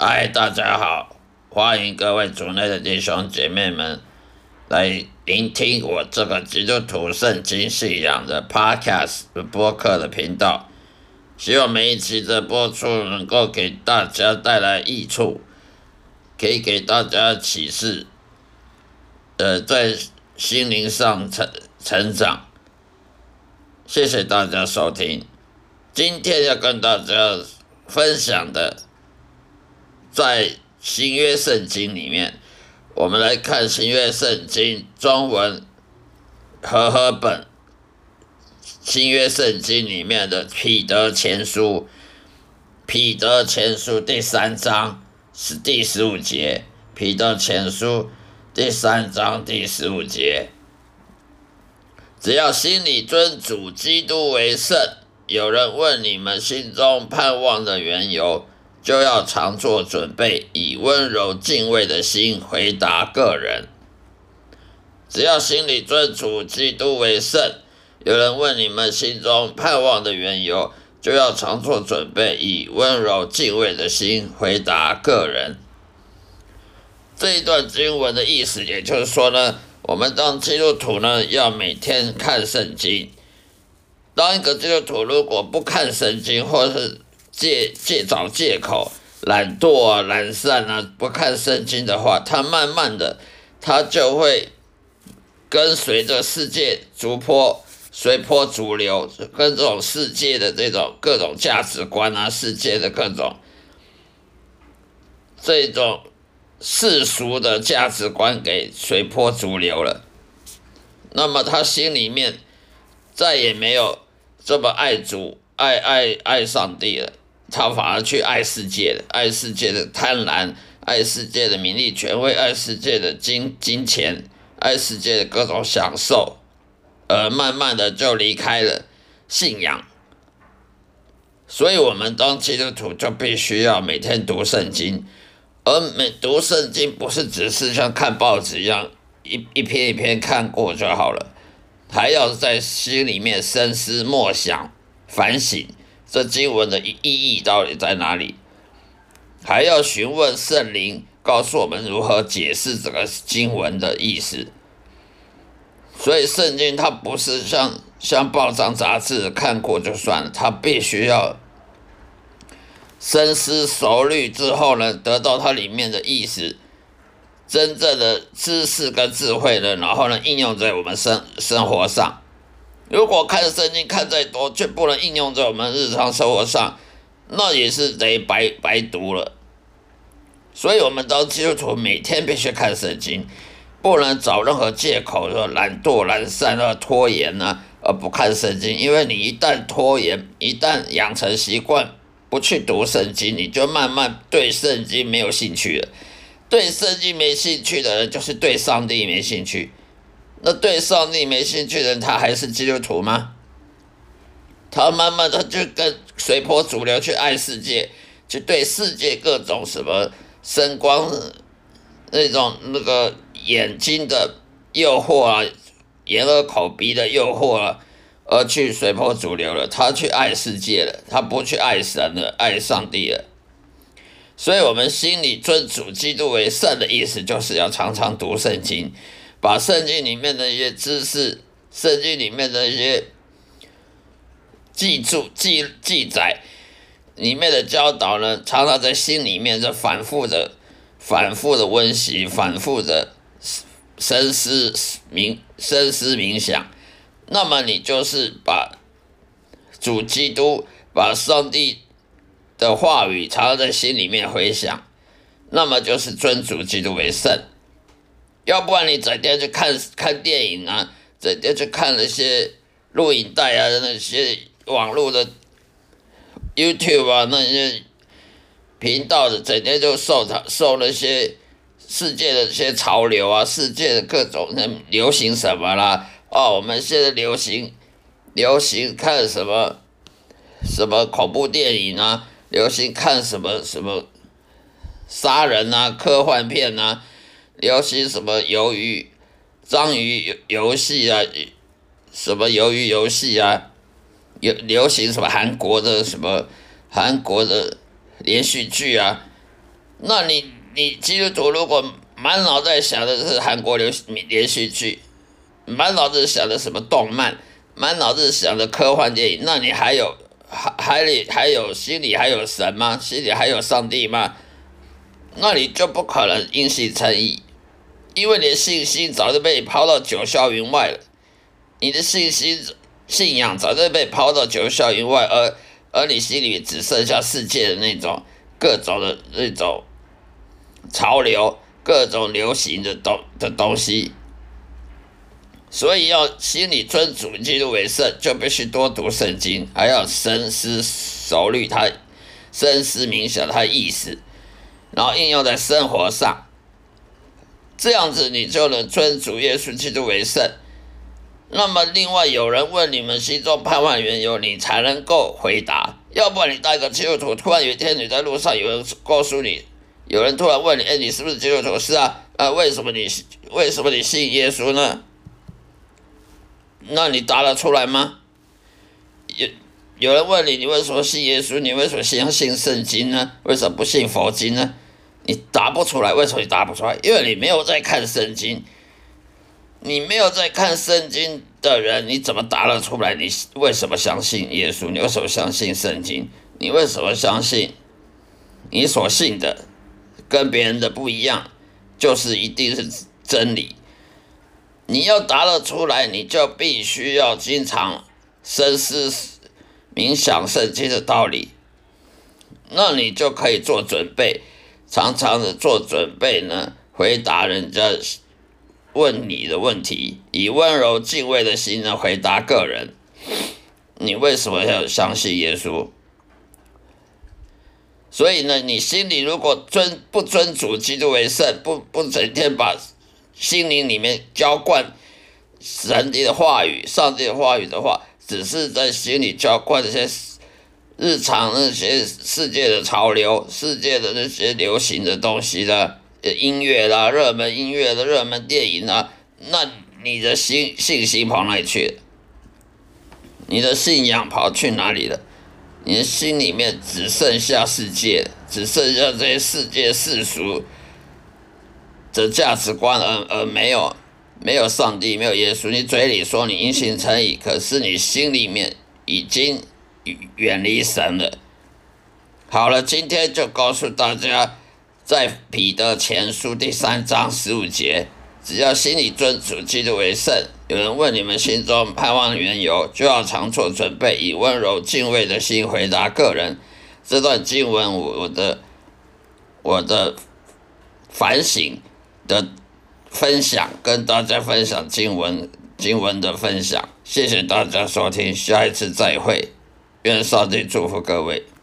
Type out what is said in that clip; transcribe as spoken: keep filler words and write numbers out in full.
嗨，大家好，欢迎各位族内的弟兄姐妹们来聆听我这个基督徒圣经信仰的 Podcast 播客的频道。希望每一期的播出能够给大家带来益处，可以给大家启示，呃，在心灵上成成长。谢谢大家收听。今天要跟大家分享的，在新约圣经里面，我们来看新约圣经中文和合本新约圣经里面的彼得前书，彼得前书第三章是第十五节，彼得前书第三章第十五节，只要心里尊主基督为圣，有人问你们心中盼望的缘由，就要常做准备，以温柔敬畏的心回答个人。只要心里尊主基督为圣，有人问你们心中盼望的缘由，就要常做准备，以温柔敬畏的心回答个人。这一段经文的意思，也就是说呢，我们当基督徒呢，要每天看圣经。当一个基督徒如果不看圣经，或是借借找借口懒惰啊、懒散啊，不看圣经的话，他慢慢的他就会跟随着世界逐波随波逐流，跟这种世界的这种各种价值观啊，世界的各种这种世俗的价值观给随波逐流了。那么他心里面再也没有这么爱主、爱爱爱上帝了，他反而去爱世界了，爱世界的贪婪，爱世界的名利权位，爱世界的金金钱，爱世界的各种享受，而慢慢的就离开了信仰。所以我们当基督徒就必须要每天读圣经，而每读圣经不是只是像看报纸一样一一篇一篇看过就好了，还要在心里面深思默想反省这经文的意义到底在哪里，还要询问圣灵告诉我们如何解释这个经文的意思。所以圣经它不是像像报章杂志看过就算了，它必须要深思熟虑之后呢，得到它里面的意思，真正的知识跟智慧呢，然后呢应用在我们生生活上。如果看圣经看再多，却不能应用在我们日常生活上，那也是得白白读了。所以我们当基督徒每天必须看圣经，不能找任何借口说懒惰、懒散啊、拖延啊，而不看圣经。因为你一旦拖延，一旦养成习惯不去读圣经，你就慢慢对圣经没有兴趣了。对圣经没兴趣的人，就是对上帝没兴趣。那对上帝没兴趣的人，他还是基督徒吗？他慢慢的就跟随波逐流去爱世界，去对世界各种什么声光那种那个眼睛的诱惑啊，眼耳口鼻的诱惑啊，而去随波逐流了。他去爱世界了，他不去爱神了，爱上帝了。所以我们心里尊主基督为圣的意思，就是要常常读圣经，把圣经里面的一些知识，圣经里面的一些记住记记载里面的教导呢，常常在心里面就反复的反复的温习，反复的深思冥深思冥想。那么你就是把主基督，把上帝的话语常常在心里面回想，那么就是尊主基督为圣。要不然你整天去看看电影啊，整天去看那些录影带啊，那些网络的 YouTube 啊，那些频道的，整天就受受那些世界的这些潮流啊，世界的各种流行什么啦，哦，我们现在流行流行看什么什么恐怖电影啊，流行看什么什么杀人啊、科幻片啊，流行什么鱿鱼、章鱼游戏啊，什么鱿鱼游戏啊，有流行什么韩国的什么韩国的连续剧啊， 那你你基督徒如果满脑袋想的是韩国流连续剧，满脑子想的什么动漫，满脑子想的科幻电影，那你还有还还里还有心里还有神吗？心里还有上帝吗？那你就不可能因信称义，因为你的信心早就被抛到九霄云外了。你的信心信仰早就被抛到九霄云外，而而你心里只剩下世界的那种各种的那种潮流、各种流行的东的东西。所以要心里尊主基督为圣，就必须多读圣经，还要深思熟虑它，深思冥想它的意思，然后应用在生活上，这样子你就能尊主耶稣基督为圣。那么另外有人问你们心中盼望缘由，你才能够回答，要不然你当一个基督徒，突然有一天你在路上有人告诉你，有人突然问你，哎，你是不是基督徒？是啊，呃，为什么你为什么你信耶稣呢？那你答得出来吗？有有人问你，你为什么信耶稣？你为什么相信圣经呢？为什么不信佛经呢？你答不出来，为什么你答不出来？因为你没有在看圣经。你没有在看圣经的人，你怎么答得出来？你为什么相信耶稣？你为什么相信圣经？你为什么相信你所信的跟别人的不一样，就是一定是真理？你要答得出来，你就必须要经常深思冥想圣经的道理，那你就可以做准备，常常的做准备呢，回答人家问你的问题，以温柔敬畏的心呢回答个人。你为什么要相信耶稣？所以呢，你心里如果尊不尊主基督为圣，不不整天把心灵里面浇灌神的话语、上帝的话语的话，只是在心里浇灌这些日常那些世界的潮流、世界的那些流行的东西的音乐啦、热门音乐的热门电影啦，那你的心信心跑哪里去了？你的信仰跑去哪里了？你的心里面只剩下世界，只剩下这些世界世俗的价值观，而而没有没有上帝，没有耶稣。你嘴里说你因信称义，可是你心里面已经远离神了。好了，今天就告诉大家，在彼得前书第三章十五节，只要心里尊主基督为圣，有人问你们心中盼望缘由，就要常做准备，以温柔敬畏的心回答个人。这段经文我我的我的反省的分享，跟大家分享经文经文的分享，谢谢大家收听，下一次再会，愿上帝祝福各位。